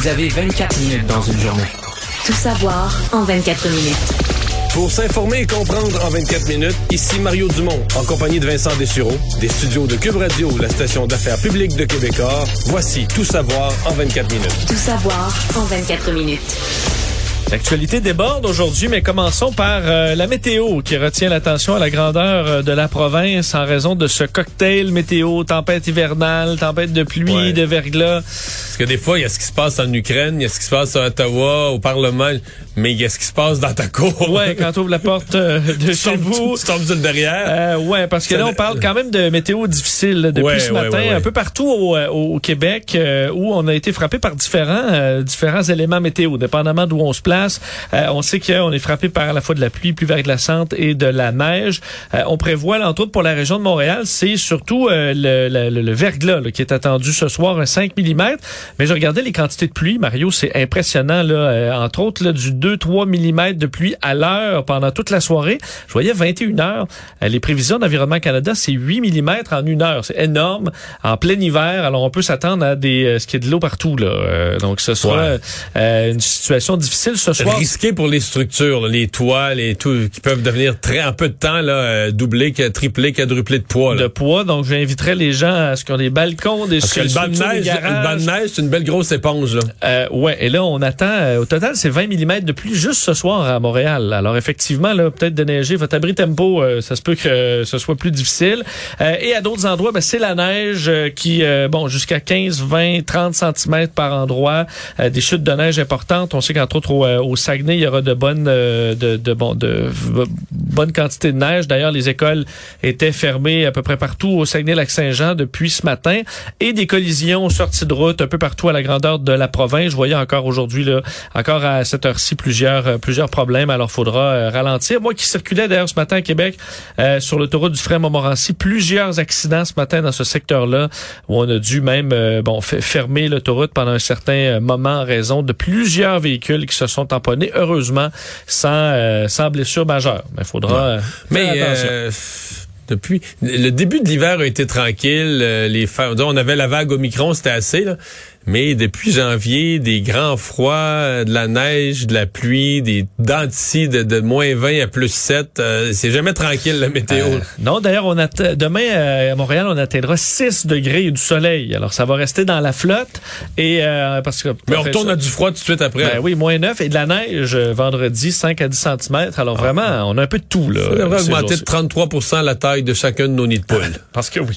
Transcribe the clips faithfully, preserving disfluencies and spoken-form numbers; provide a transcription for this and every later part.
Vous avez vingt-quatre minutes dans une journée. Tout savoir en vingt-quatre minutes. Pour s'informer et comprendre en vingt-quatre minutes, ici Mario Dumont, en compagnie de Vincent Dessureau, des studios de Cube Radio, la station d'affaires publique de Québécois. Voici Tout savoir en vingt-quatre minutes. Tout savoir en vingt-quatre minutes. L'actualité déborde aujourd'hui, mais commençons par euh, la météo qui retient l'attention à la grandeur euh, de la province en raison de ce cocktail météo, tempête hivernale, tempête de pluie, ouais. de verglas. Parce que des fois, il y a ce qui se passe en Ukraine, il y a ce qui se passe à Ottawa, au Parlement, mais il y a ce qui se passe dans ta cour. Ouais, quand tu ouvres la porte euh, de chez vous. Tu tombes sur le derrière. Euh, ouais, parce que là, on parle quand même de météo difficile là, depuis ouais, ce ouais, matin, ouais, ouais. un peu partout au, au Québec, euh, où on a été frappé par différents, euh, différents éléments météo, dépendamment d'où on se place. Euh, on sait qu'on est frappé par à la fois de la pluie, pluie verglaçante et de la neige. Euh, on prévoit, là, entre autres, pour la région de Montréal, c'est surtout euh, le, le, le verglas là, qui est attendu ce soir, un cinq millimètres. Mais je regardais les quantités de pluie, Mario, c'est impressionnant. Là, euh, entre autres, là, du deux à trois millimètres de pluie à l'heure pendant toute la soirée. Je voyais vingt et une heures. Euh, les prévisions d'Environnement Canada, c'est huit millimètres en une heure. C'est énorme. En plein hiver, alors on peut s'attendre à des euh, ce qui est de l'eau partout. Là. Euh, donc, ce sera ouais. euh, une situation difficile ce soir. Risqué pour les structures, là, les toits, les tout, qui peuvent devenir très en peu de temps là, euh, doubler, tripler, quadrupler de poids. Là. De poids, donc j'inviterais les gens à ce qu'ils ont des balcons, des Parce que le banc de neige, le banc de neige, c'est une belle grosse éponge. Là. Euh, ouais, et là on attend, euh, au total c'est vingt millimètres de pluie juste ce soir à Montréal. Alors effectivement, là peut-être de neiger, votre abri tempo, euh, ça se peut que euh, ce soit plus difficile. Euh, et à d'autres endroits, ben, c'est la neige euh, qui, euh, bon, jusqu'à quinze, vingt, trente centimètres par endroit, euh, des chutes de neige importantes. On sait qu'entre autres au, au Saguenay, il y aura de bonnes, euh, de, de, bon, de, de bonnes quantités de neige. D'ailleurs, les écoles étaient fermées à peu près partout au Saguenay-Lac-Saint-Jean depuis ce matin et des collisions sorties de route un peu partout à la grandeur de la province. Je voyais encore aujourd'hui, là, encore à cette heure-ci, plusieurs, euh, plusieurs problèmes. Alors, faudra euh, ralentir. Moi qui circulais d'ailleurs ce matin à Québec euh, sur l'autoroute du Frère-Montmorency, plusieurs accidents ce matin dans ce secteur-là où on a dû même euh, bon f- fermer l'autoroute pendant un certain moment en raison de plusieurs véhicules qui se sont tamponnés. Heureusement, sans, euh, sans blessure majeure. Mais il faudra euh, faire Mais, attention. Euh, depuis, le début de l'hiver a été tranquille. Euh, les on avait la vague Omicron, c'était assez, là. Mais depuis janvier, des grands froids, de la neige, de la pluie, des dents de scie de, de moins vingt à plus sept, euh, c'est jamais tranquille la météo. Euh, non, d'ailleurs, on atte- demain euh, à Montréal, on atteindra six degrés et du soleil. Alors, ça va rester dans la flotte. Et euh, parce que Mais on retourne ça, à du froid tout de suite après. Ben oui, moins neuf et de la neige euh, vendredi, cinq à dix centimètres. Alors ah, vraiment, on a un peu de tout. Là, ça devrait augmenter de trente-trois pour cent la taille de chacun de nos nids de poules. Ah, parce que oui.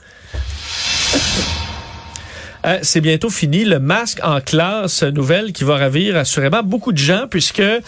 Euh, c'est bientôt fini. Le masque en classe, nouvelle qui va ravir assurément beaucoup de gens puisque, euh,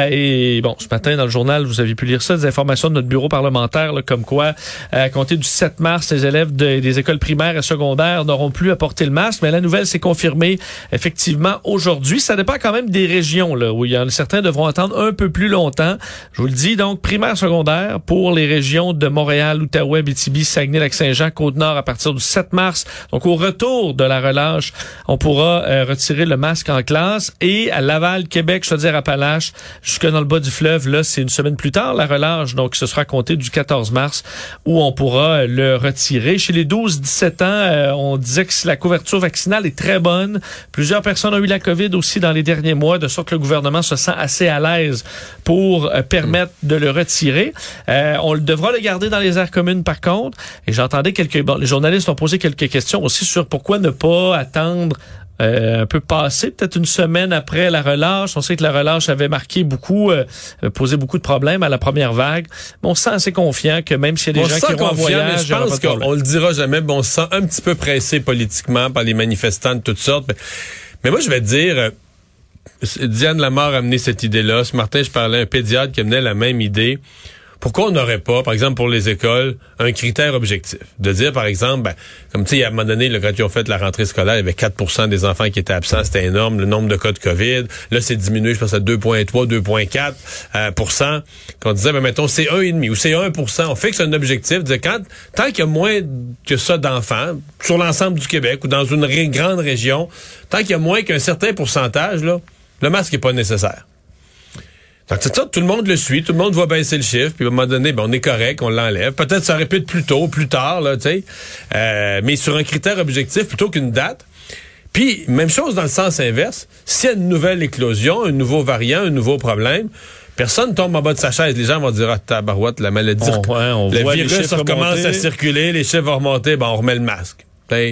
et bon, ce matin dans le journal, vous avez pu lire ça, des informations de notre bureau parlementaire, là, comme quoi, euh, à compter du sept mars, les élèves de, des écoles primaires et secondaires n'auront plus à porter le masque, mais la nouvelle s'est confirmée effectivement aujourd'hui. Ça dépend quand même des régions, là, où il y en a certains devront attendre un peu plus longtemps. Je vous le dis, donc, primaire, secondaire, pour les régions de Montréal, Outaouais, Abitibi, Saguenay-Lac-Saint-Jean, Côte-Nord à partir du sept mars. Donc, au retour de la relâche, on pourra euh, retirer le masque en classe. Et à Laval, Québec, Chaudière-Appalaches, jusque dans le bas du fleuve, là, c'est une semaine plus tard, la relâche. Donc, ce sera compté du quatorze mars où on pourra euh, le retirer. Chez les douze dix-sept ans, euh, on disait que la couverture vaccinale est très bonne. Plusieurs personnes ont eu la COVID aussi dans les derniers mois, de sorte que le gouvernement se sent assez à l'aise pour euh, permettre de le retirer. Euh, on devra le garder dans les aires communes, par contre. Et j'entendais quelques... Bon, les journalistes ont posé quelques questions aussi sur pourquoi ne pas attendre euh, un peu passé, peut-être une semaine après la relâche. On sait que la relâche avait marqué beaucoup, euh, posé beaucoup de problèmes à la première vague. Mais on se sent assez confiant que même s'il y a des on gens qui iront en voyage, mais je pense qu'on le dira jamais, mais on se sent un petit peu pressé politiquement par les manifestants de toutes sortes. Mais, mais moi, je vais te dire... Euh, Diane Lamar a amené cette idée-là. Ce matin, je parlais à un pédiatre qui amenait la même idée. Pourquoi on n'aurait pas, par exemple, pour les écoles, un critère objectif? De dire, par exemple, ben, comme tu sais, à un moment donné, là, quand ils ont fait la rentrée scolaire, il y avait quatre pour cent des enfants qui étaient absents. C'était énorme, le nombre de cas de COVID. Là, c'est diminué, je pense, à deux virgule trois, deux virgule quatre euh, pour cent. Qu'on disait, ben, mettons, c'est un virgule cinq ou c'est un pour cent. On fixe un objectif. De quand, tant qu'il y a moins que ça d'enfants, sur l'ensemble du Québec ou dans une ré- grande région, tant qu'il y a moins qu'un certain pourcentage, là, le masque n'est pas nécessaire. Donc, c'est ça, tout le monde le suit, tout le monde va baisser le chiffre, puis à un moment donné, ben, on est correct, on l'enlève. Peut-être ça aurait pu être plus tôt, plus tard, là, tu sais. Euh, mais sur un critère objectif plutôt qu'une date. Puis, même chose dans le sens inverse. S'il y a une nouvelle éclosion, un nouveau variant, un nouveau problème, personne tombe en bas de sa chaise. Les gens vont dire, ah, tabarouette, la maladie, on, ouais, on le voit virus les chiffres recommence remonter. à circuler, les chiffres vont remonter, ben, on remet le masque.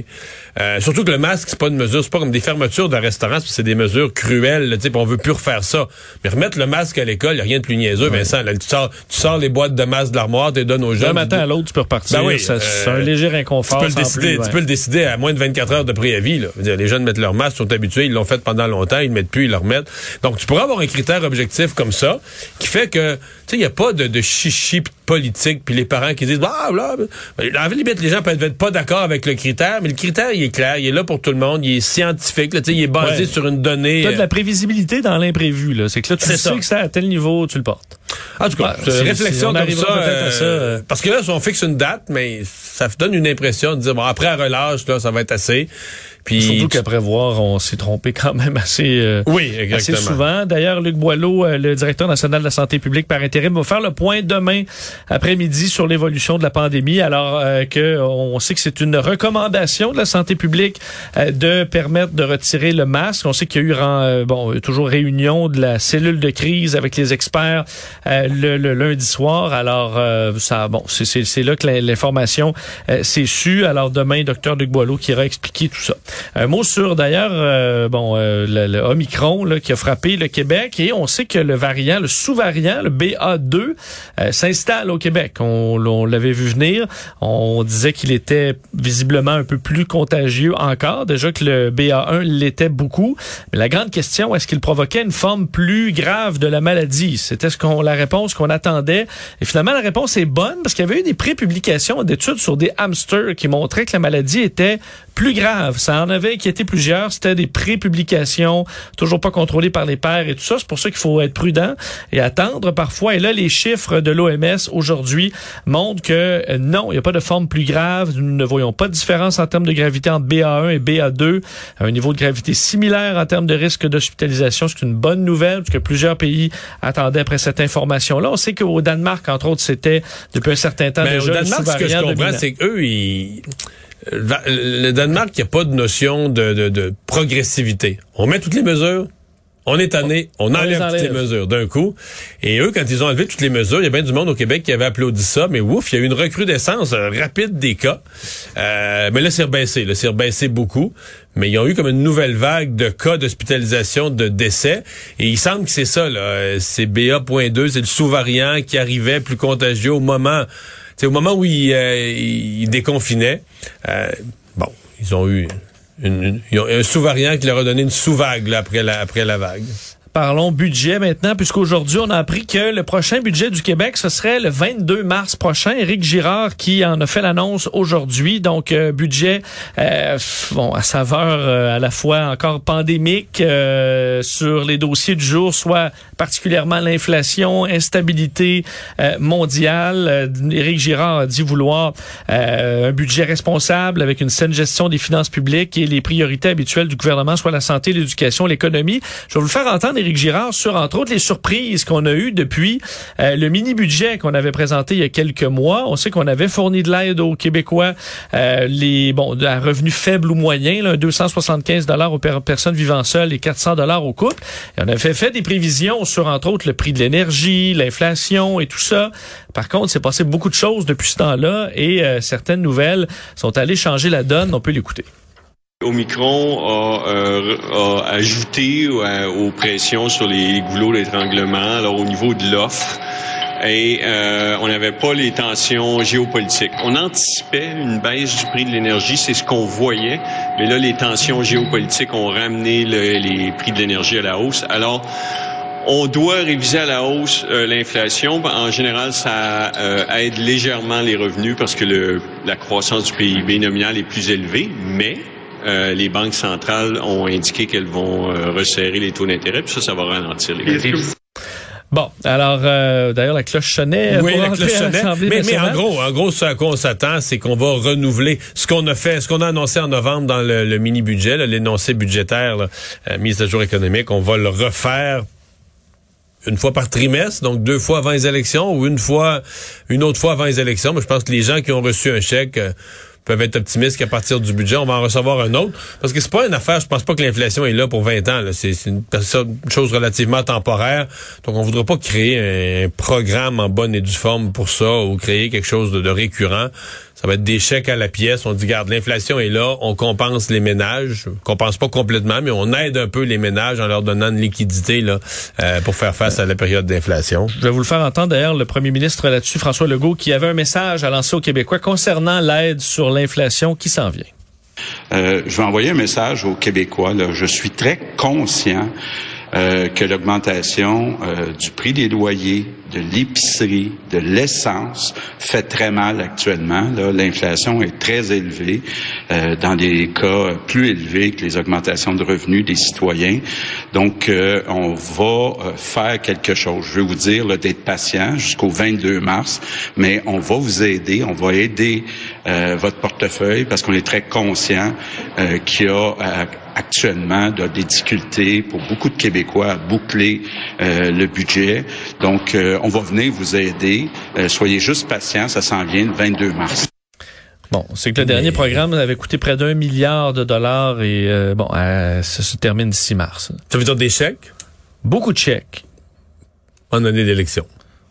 Euh, surtout que le masque, c'est pas une mesure, c'est pas comme des fermetures de restaurants, c'est des mesures cruelles, tu sais, on veut plus refaire ça. Mais remettre le masque à l'école, y a rien de plus niaiseux, ouais. Vincent. Là, tu sors, tu sors les boîtes de masques de l'armoire, tu les donnes aux jeunes. D'un matin à l'autre, tu peux repartir. Ben oui, ça, euh, c'est un léger inconfort. Tu peux le décider, plus, ouais. tu peux le décider à moins de vingt-quatre heures de préavis, là. Je veux dire, les jeunes mettent leur masque, sont habitués, ils l'ont fait pendant longtemps, ils le mettent plus, ils le remettent. Donc, tu pourras avoir un critère objectif comme ça, qui fait que, tu sais, il y a pas de, de chichi politique, puis les parents qui disent, ah, là, en limite, les gens peuvent être pas d'accord avec le critère, mais le critère, il est clair, il est là pour tout le monde, il est scientifique, là, il est basé ouais. sur une donnée. Tu as de la prévisibilité dans l'imprévu, là. C'est que là, tu sais ça. que ça à tel niveau, tu le portes. En tout cas, ouais, c'est, réflexion comme ça, euh, à ça euh... parce que là, si on fixe une date, mais ça donne une impression de dire, bon, après un relâche, là, ça va être assez. Puis, surtout qu'après voir, on s'est trompé quand même assez, euh, oui, exactement. assez souvent. D'ailleurs, Luc Boileau, euh, le directeur national de la santé publique par intérim, va faire le point demain après-midi sur l'évolution de la pandémie, alors euh, que on sait que c'est une recommandation de la santé publique euh, de permettre de retirer le masque. On sait qu'il y a eu euh, bon toujours réunion de la cellule de crise avec les experts euh, le, le lundi soir. Alors euh, ça, bon, c'est, c'est, c'est là que l'information euh, s'est sue. Alors demain, docteur Luc Boileau qui ira expliquer tout ça. Un mot sur, d'ailleurs, euh, bon, euh, le, le Omicron là, qui a frappé le Québec, et on sait que le variant, le sous-variant, le B A deux, euh, s'installe au Québec. On, on l'avait vu venir. On disait qu'il était visiblement un peu plus contagieux encore. Déjà que le B A un l'était beaucoup. Mais la grande question, est-ce qu'il provoquait une forme plus grave de la maladie? C'était ce qu'on, la réponse qu'on attendait. Et finalement, la réponse est bonne parce qu'il y avait eu des pré-publications d'études sur des hamsters qui montraient que la maladie était plus grave. Ça en avait inquiété plusieurs. C'était des pré-publications, toujours pas contrôlées par les pairs et tout ça. C'est pour ça qu'il faut être prudent et attendre parfois. Et là, les chiffres de l'O M S aujourd'hui montrent que euh, non, il n'y a pas de forme plus grave. Nous ne voyons pas de différence en termes de gravité entre B A un et B A deux. Un niveau de gravité similaire en termes de risque d'hospitalisation. C'est une bonne nouvelle parce que plusieurs pays attendaient après cette information-là. On sait qu'au Danemark, entre autres, c'était depuis un certain temps mais déjà. Au Danemark, ce que je comprends, dominant. C'est qu'eux, ils... le Danemark, il n'y a pas de notion de, de, de progressivité. On met toutes les mesures, on est tanné, on, on enlève, enlève toutes les mesures d'un coup. Et eux, quand ils ont enlevé toutes les mesures, il y a bien du monde au Québec qui avait applaudi ça, mais ouf, il y a eu une recrudescence euh, rapide des cas. Euh, mais là, c'est rebaissé, là, c'est rebaissé beaucoup. Mais ils ont eu comme une nouvelle vague de cas d'hospitalisation, de décès. Et il semble que c'est ça, là. C'est B A deux, c'est le sous-variant qui arrivait plus contagieux au moment... C'est au moment où ils, euh, ils déconfinaient. Euh, bon, ils ont eu une, une, ils ont un sous-variant qui leur a donné une sous-vague là, après, la, après la vague. Parlons budget maintenant, puisqu'aujourd'hui, on a appris que le prochain budget du Québec, ce serait le vingt-deux mars prochain. Éric Girard qui en a fait l'annonce aujourd'hui. Donc, euh, budget euh, bon à saveur euh, à la fois encore pandémique euh, sur les dossiers du jour, soit particulièrement l'inflation, instabilité euh, mondiale. Euh, Éric Girard a dit vouloir euh, un budget responsable avec une saine gestion des finances publiques et les priorités habituelles du gouvernement, soit la santé, l'éducation, l'économie. Je vais vous le faire entendre Éric Girard sur, entre autres, les surprises qu'on a eues depuis euh, le mini-budget qu'on avait présenté il y a quelques mois. On sait qu'on avait fourni de l'aide aux Québécois, euh, les bon, à revenus faibles ou moyens, là, deux cent soixante-quinze dollars aux per- personnes vivant seules et quatre cents dollars aux couples. Et on avait fait des prévisions sur, entre autres, le prix de l'énergie, l'inflation et tout ça. Par contre, c'est passé beaucoup de choses depuis ce temps-là et euh, certaines nouvelles sont allées changer la donne. On peut l'écouter. Omicron a, euh, a ajouté euh, aux pressions sur les goulots d'étranglement, alors au niveau de l'offre, et euh, on n'avait pas les tensions géopolitiques. On anticipait une baisse du prix de l'énergie, c'est ce qu'on voyait, mais là, les tensions géopolitiques ont ramené le, les prix de l'énergie à la hausse. Alors, on doit réviser à la hausse euh, l'inflation. En général, ça euh, aide légèrement les revenus parce que le, la croissance du P I B nominal est plus élevée, mais Euh, les banques centrales ont indiqué qu'elles vont euh, resserrer les taux d'intérêt, puis ça, ça va ralentir les prix. Bon, alors euh, d'ailleurs la cloche sonnait. Oui, la cloche sonnait. Mais, mais en gros, en gros, ce à quoi on s'attend, c'est qu'on va renouveler ce qu'on a fait, ce qu'on a annoncé en novembre dans le, le mini-budget, là, l'énoncé budgétaire, là, euh, mise à jour économique. On va le refaire une fois par trimestre, donc deux fois avant les élections, ou une fois, une autre fois avant les élections. Mais je pense que les gens qui ont reçu un chèque euh, peuvent être optimistes qu'à partir du budget, on va en recevoir un autre. Parce que c'est pas une affaire, je pense pas que l'inflation est là pour vingt ans. Là. C'est, c'est une, une chose relativement temporaire. Donc, on voudrait pas créer un programme en bonne et due forme pour ça ou créer quelque chose de, de récurrent. Ça va être des chèques à la pièce. On dit, regarde, l'inflation est là, on compense les ménages. On compense pas complètement, mais on aide un peu les ménages en leur donnant une liquidité là, euh, pour faire face à la période d'inflation. Je vais vous le faire entendre d'ailleurs, le premier ministre là-dessus, François Legault, qui avait un message à lancer aux Québécois concernant l'aide sur l'inflation qui s'en vient. Euh, je vais envoyer un message aux Québécois. Là. Je suis très conscient euh, que l'augmentation euh, du prix des loyers, de l'épicerie, de l'essence fait très mal actuellement. Là, l'inflation est très élevée, euh, dans des cas plus élevés que les augmentations de revenus des citoyens. Donc, euh, on va euh, faire quelque chose. Je veux vous dire là, d'être patient jusqu'au vingt-deux mars, mais on va vous aider, on va aider euh, votre portefeuille parce qu'on est très conscient euh, qu'il y a euh, actuellement de, des difficultés pour beaucoup de Québécois à boucler euh, le budget. Donc, euh, on va venir vous aider. Euh, soyez juste patients, ça s'en vient le vingt-deux mars. Bon, c'est que le dernier programme avait coûté près d'un milliard de dollars et euh, bon, euh, ça se termine d'ici mars. Ça veut dire des chèques? Beaucoup de chèques. En année d'élection.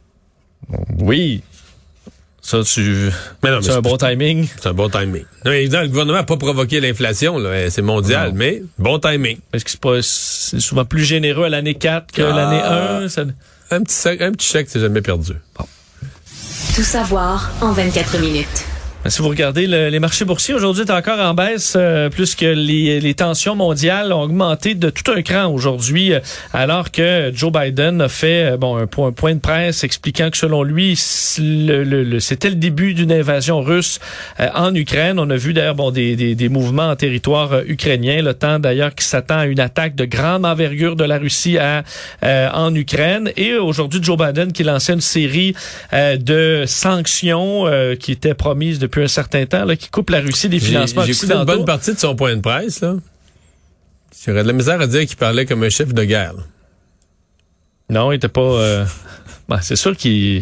Oui. Ça, tu... Mais non, mais c'est, c'est un bon timing. C'est un bon timing. Non, évidemment, le gouvernement n'a pas provoqué l'inflation, là. C'est mondial, non. Mais bon timing. Est-ce que c'est pas c'est souvent plus généreux à l'année quatre que ah, l'année un? Ça... Un petit, sac, un petit chèque, c'est jamais perdu. Bon. Tout savoir en vingt-quatre minutes. Si vous regardez le, les marchés boursiers, aujourd'hui est encore en baisse, euh, plus que les, les tensions mondiales ont augmenté de tout un cran aujourd'hui, euh, alors que Joe Biden a fait euh, bon un, un point de presse expliquant que selon lui, le, le, le, c'était le début d'une invasion russe euh, en Ukraine. On a vu d'ailleurs bon des, des, des mouvements en territoire euh, ukrainien, le temps d'ailleurs qui s'attend à une attaque de grande envergure de la Russie à, euh, en Ukraine. Et aujourd'hui, Joe Biden qui lançait une série euh, de sanctions euh, qui étaient promises depuis depuis un certain temps, là, qui coupe la Russie des financements j'ai, j'ai occidentaux. J'ai écouté une bonne partie de son point de presse, là. J'aurais de la misère à dire qu'il parlait comme un chef de guerre, là. Non, il était pas... Euh... Ben, c'est sûr qu'il...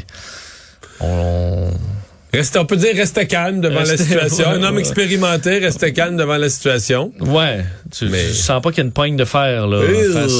On... Restez, on peut dire restez calme devant restez, la situation. Ouais, un homme ouais. expérimenté, restez calme devant la situation. Ouais. Tu, mais... tu sens pas qu'il y a une poigne de fer là, euh... face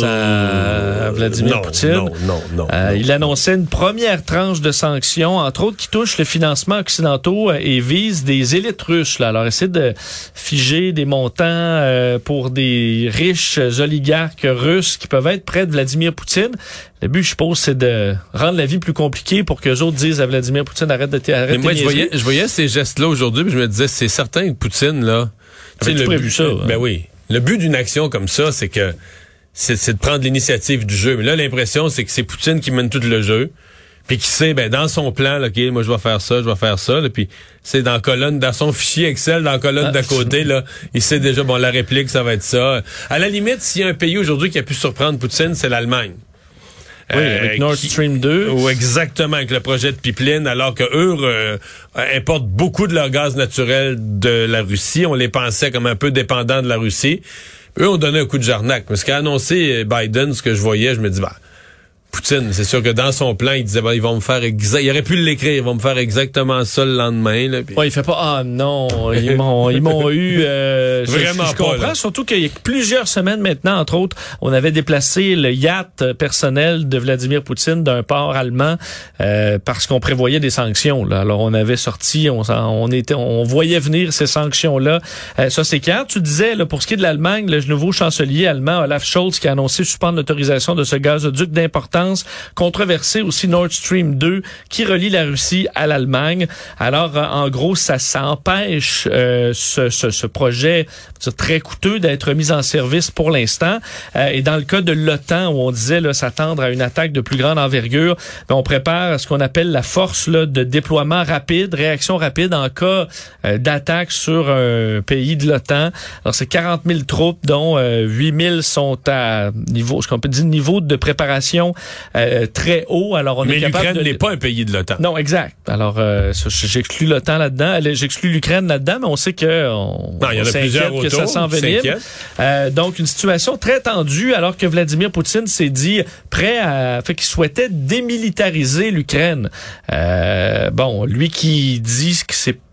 à Vladimir non, Poutine. Non, non, non, euh, non. Il annonçait une première tranche de sanctions, entre autres, qui touche le financement occidentaux et vise des élites russes. Là. Alors, essayer de figer des montants euh, pour des riches oligarques russes qui peuvent être près de Vladimir Poutine. Le but, je suppose, c'est de rendre la vie plus compliquée pour qu'eux autres disent à Vladimir Poutine arrête de t'arrêter. Mais moi, je voyais, je voyais ces gestes-là aujourd'hui, puis je me disais, c'est certain que Poutine, là... Tu sais, prévu ça. Hein? Ben oui. Le but d'une action comme ça, c'est que c'est, c'est de prendre l'initiative du jeu. Mais là, l'impression, c'est que c'est Poutine qui mène tout le jeu, puis qui sait, ben dans son plan, là, OK, moi, je vais faire ça, je vais faire ça, là, puis c'est dans la colonne, dans son fichier Excel, dans la colonne ah, d'à côté, là, il sait déjà, bon, la réplique, ça va être ça. À la limite, s'il y a un pays aujourd'hui qui a pu surprendre Poutine, c'est l'Allemagne. Oui, avec euh, Nord Stream deux. Ou exactement, avec le projet de pipeline, alors que eux euh, importent beaucoup de leur gaz naturel de la Russie. On les pensait comme un peu dépendants de la Russie. Eux ont donné un coup de jarnac. Parce qu'a annoncé Biden, ce que je voyais, je me dis, bah, Poutine, c'est sûr que dans son plan, il disait, bah, ils vont me faire exact, il aurait pu l'écrire, ils vont me faire exactement ça le lendemain, là. Puis... Ouais, il fait pas, ah non, ils m'ont, ils m'ont eu, euh, vraiment je, je pas, comprends, là. Surtout qu'il y a plusieurs semaines maintenant, entre autres, on avait déplacé le yacht personnel de Vladimir Poutine d'un port allemand, euh, parce qu'on prévoyait des sanctions, là. Alors, on avait sorti, on, on était, on voyait venir ces sanctions-là. Euh, ça, c'est clair. Tu disais, là, pour ce qui est de l'Allemagne, le nouveau chancelier allemand, Olaf Scholz, qui a annoncé suspendre l'autorisation de ce gazoduc d'importance controversé aussi Nord Stream deux qui relie la Russie à l'Allemagne. Alors, en gros, ça, ça empêche euh, ce, ce, ce projet très coûteux d'être mis en service pour l'instant. Euh, et dans le cas de l'OTAN, où on disait là, s'attendre à une attaque de plus grande envergure, ben, on prépare ce qu'on appelle la force là, de déploiement rapide, réaction rapide en cas euh, d'attaque sur un pays de l'OTAN. Alors, c'est quarante mille troupes, dont euh, huit mille sont à niveau, ce qu'on peut dire niveau de préparation Euh, très haut. Alors on Mais est capable l'Ukraine de... n'est pas un pays de l'OTAN. Non, exact. Alors euh, j'exclus l'OTAN là-dedans, j'exclus l'Ukraine là-dedans, mais on sait que on, non, il y en a plusieurs que autour, ça s'envenime. Euh, donc une situation très tendue, alors que Vladimir Poutine s'est dit prêt à, fait qu'il souhaitait démilitariser l'Ukraine. Euh, bon, lui qui dit que c'est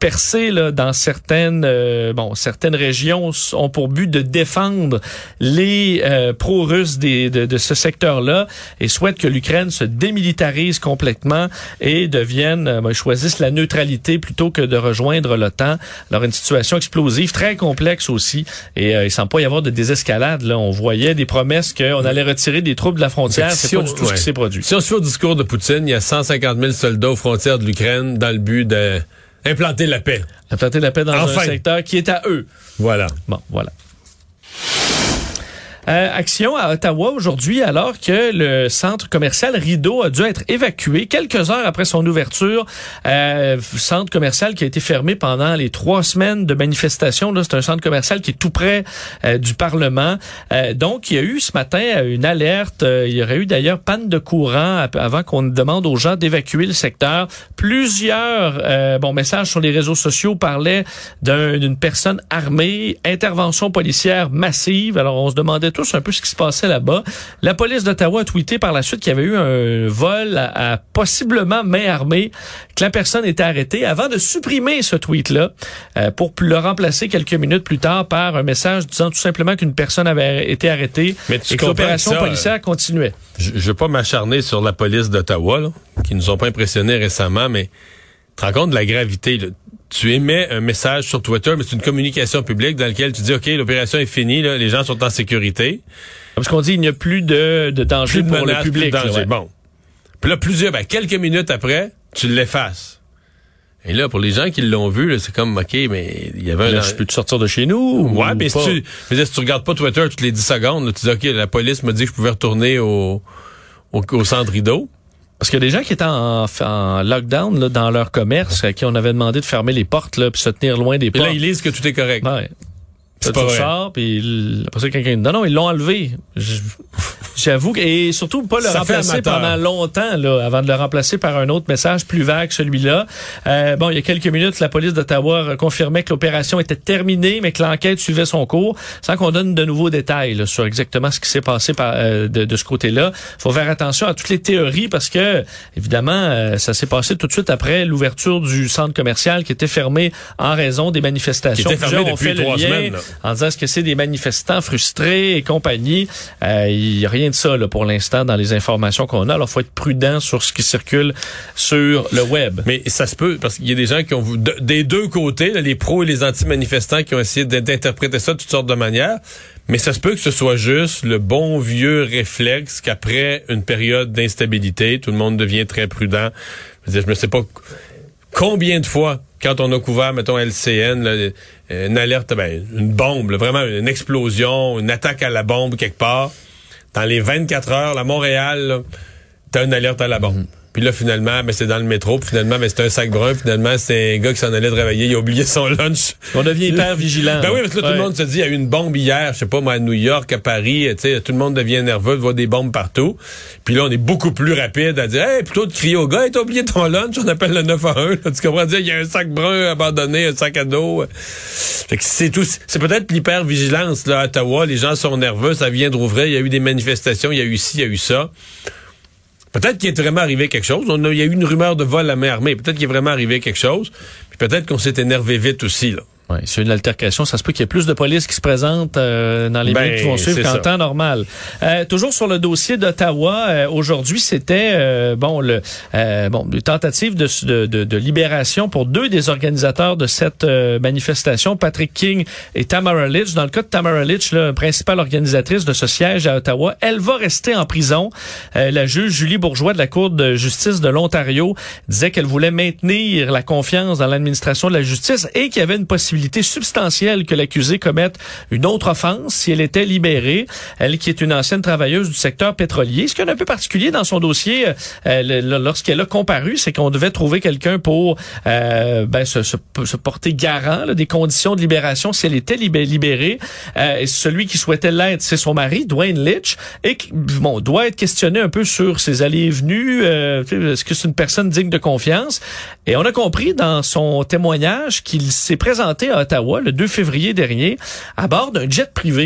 percées là, dans certaines, euh, bon, certaines régions ont pour but de défendre les euh, pro-russes des, de, de ce secteur-là et souhaitent que l'Ukraine se démilitarise complètement et devienne, euh, ben, choisisse la neutralité plutôt que de rejoindre l'OTAN. Alors une situation explosive, très complexe aussi, et euh, il semble pas y avoir de désescalade. Là, on voyait des promesses qu'on allait retirer des troupes de la frontière. C'est si pas on, du tout ouais. ce qui s'est produit. Si on se fait au discours de Poutine, il y a cent cinquante mille soldats aux frontières de l'Ukraine dans le but d'implanter la paix. Implanter la paix dans enfin. un secteur qui est à eux. Voilà. Bon, voilà. Euh, action à Ottawa aujourd'hui alors que le centre commercial Rideau a dû être évacué quelques heures après son ouverture. Euh, centre commercial qui a été fermé pendant les trois semaines de manifestation. Là, c'est un centre commercial qui est tout près euh, du Parlement. Euh, donc, il y a eu ce matin une alerte. Euh, il y aurait eu d'ailleurs panne de courant avant qu'on demande aux gens d'évacuer le secteur. Plusieurs euh, bon messages sur les réseaux sociaux parlaient d'un, d'une personne armée, intervention policière massive. Alors, on se demandait tous un peu ce qui se passait là-bas. La police d'Ottawa a tweeté par la suite qu'il y avait eu un vol à, à possiblement main armée, que la personne était arrêtée avant de supprimer ce tweet-là euh, pour le remplacer quelques minutes plus tard par un message disant tout simplement qu'une personne avait été arrêtée Mais tu et que l'opération que ça, policière continuait. Je ne veux pas m'acharner sur la police d'Ottawa, là, qui nous ont pas impressionnés récemment, mais tu te rends compte de la gravité, là. Tu émets un message sur Twitter, mais c'est une communication publique dans laquelle tu dis, OK, l'opération est finie, là, les gens sont en sécurité. Parce qu'on dit qu'il n'y a plus de, de danger Plus de pour menace, le public. plus de danger. Là, ouais. Bon. Puis là, plusieurs, ben, quelques minutes après, tu l'effaces. Et là, pour les gens qui l'ont vu, là, c'est comme, OK, mais il y avait Là, un... je peux te sortir de chez nous? Ouais, ou mais si pas? tu, je veux dire, si tu regardes pas Twitter toutes les dix secondes, là, tu dis, OK, la police m'a dit que je pouvais retourner au, au, au centre Rideau. Parce qu'il y a des gens qui étaient en, en lockdown là, dans leur commerce, à qui on avait demandé de fermer les portes là, puis se tenir loin des Et portes. là, ils lisent que tout est correct. Ouais. C'est Là, pas tu vrai. sors, puis après ça, quelqu'un dit, non, non, ils l'ont enlevé. Je- J'avoue, que- et surtout pas le Ça fait remplacer amateur. pendant longtemps, là, avant de le remplacer par un autre message plus vague, celui-là. Euh, bon, il y a quelques minutes, la police d'Ottawa confirmait que l'opération était terminée, mais que l'enquête suivait son cours, sans qu'on donne de nouveaux détails là, sur exactement ce qui s'est passé par, euh, de, de ce côté-là. Faut faire attention à toutes les théories, parce que, évidemment, euh, ça s'est passé tout de suite après l'ouverture du centre commercial qui était fermé en raison des manifestations. Qui était fermé Plusieurs ont depuis fait le trois lien semaines, là. en disant est-ce que c'est des manifestants frustrés et compagnie. Euh, Il y a rien de ça là, pour l'instant dans les informations qu'on a. Alors, faut être prudent sur ce qui circule sur le web. Mais ça se peut, parce qu'il y a des gens qui ont vu, de- des deux côtés, là, les pros et les anti-manifestants, qui ont essayé d- d'interpréter ça de toutes sortes de manières. Mais ça se peut que ce soit juste le bon vieux réflexe qu'après une période d'instabilité, tout le monde devient très prudent. Je veux dire, je ne sais pas combien de fois, quand on a couvert, mettons, L C N, là, une alerte, ben, une bombe, là, vraiment une explosion, une attaque à la bombe quelque part, dans les vingt-quatre heures, à Montréal, là, t'as une alerte à la bombe. Mm-hmm. Puis là, finalement, ben, c'est dans le métro. Puis finalement, ben, c'est un sac brun. Finalement, c'est un gars qui s'en allait travailler. Il a oublié son lunch. On devient hyper vigilant. Ben oui, parce que là, Ouais. tout le monde se dit, il y a eu une bombe hier, je sais pas, moi, à New York, à Paris. Tu sais, tout le monde devient nerveux de voir des bombes partout. Puis là, on est beaucoup plus rapide à dire, hey, plutôt de crier au gars, hey, t'as oublié ton lunch, on appelle le neuf un un. Là, tu comprends? Dire, il y a un sac brun abandonné, un sac à dos. Fait que c'est tout. C'est peut-être l'hyper-vigilance, là, à Ottawa. Les gens sont nerveux, ça vient de rouvrir. Il y a eu des manifestations, il y a eu ci, il y a eu ça. Peut-être qu'il est vraiment arrivé quelque chose. On a, il y a eu une rumeur de vol à main armée. Peut-être qu'il est vraiment arrivé quelque chose. Puis peut-être qu'on s'est énervé vite aussi, là. Ouais, c'est une altercation. Ça se peut qu'il y ait plus de police qui se présente euh, dans les Ben, minutes qui vont suivre c'est qu'en ça. temps normal. Euh, toujours sur le dossier d'Ottawa, euh, aujourd'hui, c'était euh, bon le euh, bon une tentative de, de, de, de libération pour deux des organisateurs de cette euh, manifestation, Patrick King et Tamara Lich. Dans le cas de Tamara Lich, la principale organisatrice de ce siège à Ottawa, elle va rester en prison. Euh, la juge Julie Bourgeois de la Cour de justice de l'Ontario disait qu'elle voulait maintenir la confiance dans l'administration de la justice et qu'il y avait une possibilité substantielle que l'accusée commette une autre offense si elle était libérée. Elle qui est une ancienne travailleuse du secteur pétrolier. Ce qui est un peu particulier dans son dossier, euh, le, lorsqu'elle a comparu, c'est qu'on devait trouver quelqu'un pour euh, ben, se, se, se porter garant là, des conditions de libération si elle était libé- libérée. Euh, et celui qui souhaitait l'être, c'est son mari, Dwayne Litch, et qui bon, doit être questionné un peu sur ses allées et venues. Euh, est-ce que c'est une personne digne de confiance? Et on a compris dans son témoignage qu'il s'est présenté à Ottawa le deux février dernier à bord d'un jet privé.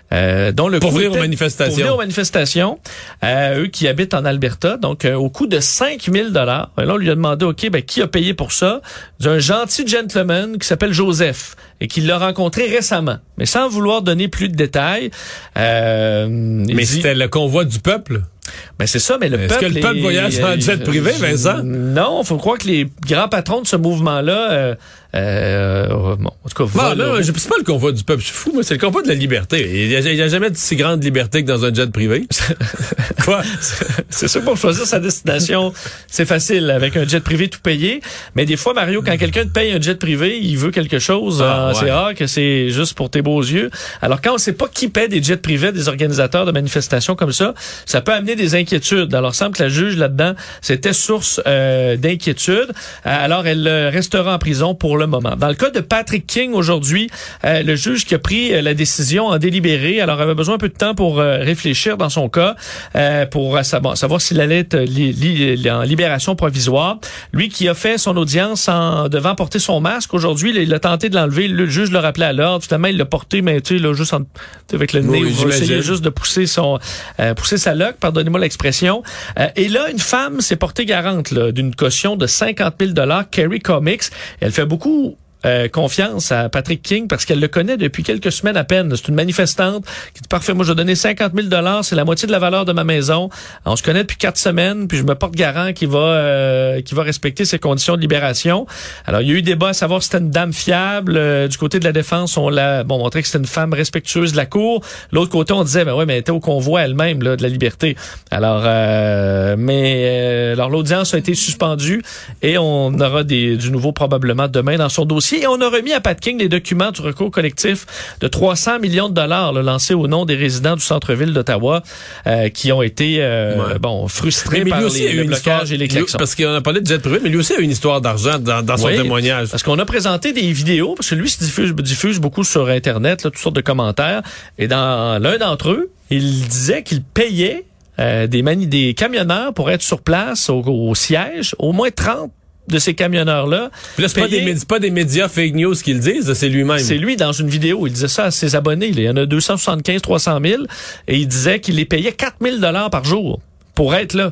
Euh, dont le pour coût venir était, aux manifestations. Pour venir aux manifestations, euh, eux qui habitent en Alberta, donc euh, au coût de cinq mille dollars. Là, on lui a demandé, OK, ben qui a payé pour ça? D'un gentil gentleman qui s'appelle Joseph et qui l'a rencontré récemment, mais sans vouloir donner plus de détails. Euh, mais dit, c'était le convoi du peuple. Ben c'est ça, mais le Est-ce peuple... que le peuple est, voyage en jet privé, Vincent? Non, faut croire que les grands patrons de ce mouvement-là... Euh, euh, bon, en tout cas... Non, non, je sais pas le convoi du peuple, je suis fou, moi, c'est le convoi de la liberté. Il y a, il y a jamais de si grande liberté que dans un jet privé. Quoi? C'est sûr, pour choisir sa destination, c'est facile, avec un jet privé tout payé. Mais des fois, Mario, quand quelqu'un te paye un jet privé, il veut quelque chose. Ah, euh, ouais. C'est rare que c'est juste pour tes beaux yeux. Alors, quand on sait pas qui paie des jets privés des organisateurs de manifestations comme ça, ça peut amener des inquiétudes. Alors, il semble que la juge, là-dedans, c'était source euh, d'inquiétude. Alors, elle restera en prison pour le moment. Dans le cas de Patrick King, aujourd'hui, euh, le juge qui a pris euh, la décision en délibéré, alors avait besoin un peu de temps pour euh, réfléchir dans son cas, euh, pour savoir, savoir s'il allait être li, li, en libération provisoire. Lui qui a fait son audience en devant porter son masque, aujourd'hui, il a tenté de l'enlever. Le juge l'a rappelé à l'ordre. Finalement, il l'a porté, mais tu sais, là, juste en, avec le nez, il essayait juste de pousser son, euh, pousser sa loque, pardonnez-moi l'expression. Euh, et là, une femme s'est portée garante là, d'une caution de cinquante mille dollars, Kerry Comics. Elle fait beaucoup Euh, confiance à Patrick King parce qu'elle le connaît depuis quelques semaines à peine. C'est une manifestante qui dit parfait, moi je vais donner cinquante mille dollars, c'est la moitié de la valeur de ma maison. On se connaît depuis quatre semaines, puis je me porte garant qu'il va euh, qu'il va respecter ses conditions de libération. Alors il y a eu débat à savoir si c'était une dame fiable. Euh, du côté de la défense, on l'a bon montré que c'était une femme respectueuse de la cour. L'autre côté, on disait ben ouais, mais elle était au convoi elle-même là de la liberté. Alors euh, mais euh, alors l'audience a été suspendue et on aura des du nouveau probablement demain dans son dossier. Et on a remis à Pat King les documents du recours collectif de trois cents millions de dollars là, lancés au nom des résidents du centre-ville d'Ottawa euh, qui ont été euh, ouais. bon frustrés par les, le blocage et les klaxons. Parce qu'on a parlé de jet privé, mais lui aussi a une histoire d'argent dans, dans son oui, témoignage. Parce qu'on a présenté des vidéos, parce que lui se diffuse, diffuse beaucoup sur Internet, là, toutes sortes de commentaires. Et dans l'un d'entre eux, il disait qu'il payait euh, des, mani- des camionneurs pour être sur place au, au siège, au moins trente de ces camionneurs-là. Puis là, c'est pas, des, c'est pas des médias fake news qui le disent, c'est lui-même. C'est lui, dans une vidéo, il disait ça à ses abonnés. Il y en a deux cent soixante-quinze à trois cent mille. Et il disait qu'il les payait quatre mille dollars par jour pour être là.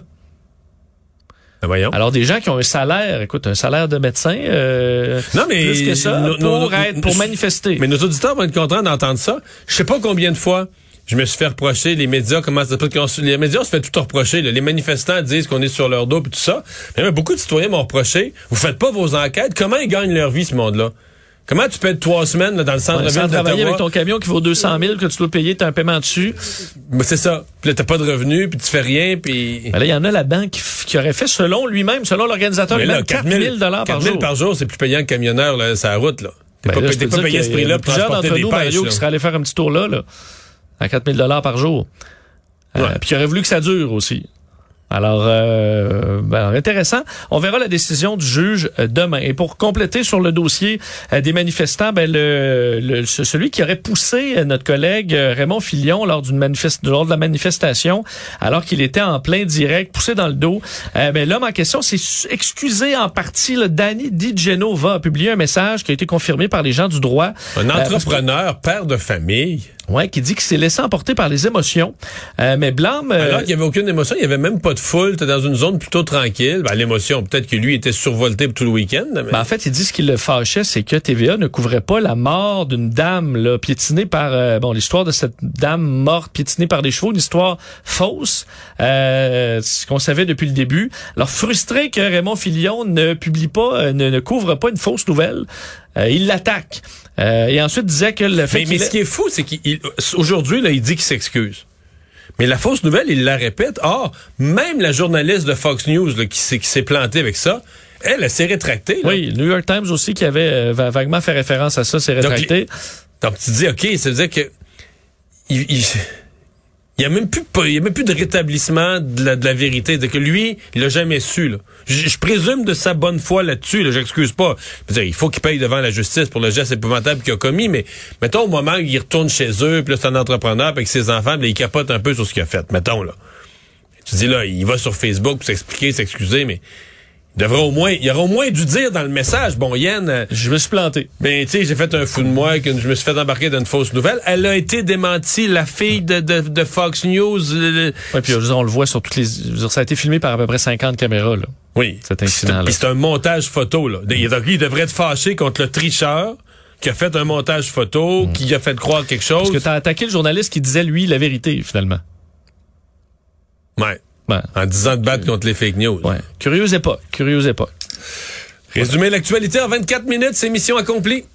Ben voyons. Alors, des gens qui ont un salaire, écoute, un salaire de médecin, euh, non, mais plus que ça, no, pour no, être, pour manifester. Mais nos auditeurs vont être contents d'entendre ça. Je sais pas combien de fois je me suis fait reprocher, les médias commencent à... Les médias, on se fait tout reprocher. Là. Les manifestants disent qu'on est sur leur dos et tout ça. Mais même beaucoup de citoyens m'ont reproché. Vous faites pas vos enquêtes. Comment ils gagnent leur vie, ce monde-là? Comment tu peux être trois semaines là, dans le centre-ville ouais, d'Ottawa? Travailler avec ton camion qui vaut deux cent mille, que tu dois payer, t'as un paiement dessus. Ben, c'est ça. Puis là, t'as pas de revenus, puis tu fais rien, puis... Ben là, il y en a là-dedans qui, qui aurait fait, selon lui-même, selon l'organisateur, lui-même, quatre mille dollars par jour. quatre mille par jour, c'est plus payant que camionneur, là, sur la route, là. T'es ben pas, là, t'es pas payé à ce prix-là pour transporter des nous, pêches, Mario, là. qui serait allé faire un petit tour là, là, à quatre mille dollars par jour. Ouais. Euh, puis qui aurait voulu que ça dure aussi. Alors, euh, ben, intéressant. On verra la décision du juge euh, demain. Et pour compléter sur le dossier euh, des manifestants, ben le, le celui qui aurait poussé euh, notre collègue euh, Raymond Filion lors d'une manifeste, lors de la manifestation, alors qu'il était en plein direct, poussé dans le dos. Euh, ben l'homme en question s'est excusé en partie. Là, Danny DiGenova a publié un message qui a été confirmé par les gens du droit. Un entrepreneur, euh, que, père de famille. Ouais, qui dit qu'il s'est laissé emporter par les émotions, euh, mais blâme. Euh, Alors qu'il n'y avait aucune émotion, il n'y avait même pas de foule, t'es dans une zone plutôt tranquille. Ben, l'émotion, peut-être que lui était survolté tout le week-end. Mais... Ben, en fait, il dit ce qui le fâchait, c'est que T V A ne couvrait pas la mort d'une dame là, piétinée par euh, bon l'histoire de cette dame morte piétinée par des chevaux, une histoire fausse, euh, ce qu'on savait depuis le début. Alors frustré que Raymond Filion ne publie pas, euh, ne, ne couvre pas une fausse nouvelle. Euh, il l'attaque. Euh, et ensuite disait que le fait mais, mais ce qui est fou, c'est qu'aujourd'hui, là, il dit qu'il s'excuse. Mais la fausse nouvelle, il la répète. Or, même la journaliste de Fox News là, qui s'est, qui s'est plantée avec ça, elle, elle s'est rétractée. Là. Oui, le New York Times aussi, qui avait euh, vaguement fait référence à ça, s'est rétracté. Donc, donc tu dis, OK, ça veut dire que... Il, il, il y a même plus il y a même plus de rétablissement de la, de la vérité, de que lui, il l'a jamais su là. Je, je présume de sa bonne foi là-dessus, là, j'excuse pas. Je veux dire, il faut qu'il paye devant la justice pour le geste épouvantable qu'il a commis, mais mettons au moment où il retourne chez eux, puis là c'est un entrepreneur avec ses enfants, puis là, il capote un peu sur ce qu'il a fait, mettons là. Tu dis là, il va sur Facebook pour s'expliquer, s'excuser, mais Il devrait au moins, il aurait au moins dû dire dans le message, bon, Yen, euh, Je me suis planté. ben, tu sais, j'ai fait un fou de moi, que je me suis fait embarquer dans une fausse nouvelle. Elle a été démentie, la fille de, de, de Fox News. Le... Ouais, puis je veux dire, on le voit sur toutes les, je veux dire, ça a été filmé par à peu près cinquante caméras, là. Oui. Cet incident-là. Puis c'est un montage photo, là. Il, il devrait être fâché contre le tricheur qui a fait un montage photo, mm. qui a fait croire quelque chose. Parce que t'as attaqué le journaliste qui disait, lui, la vérité, finalement. Ouais. Ben, en disant de battre contre les fake news. Ouais. Curieuse époque. Curieuse époque. Résumer l'actualité en vingt-quatre minutes, c'est mission accomplie.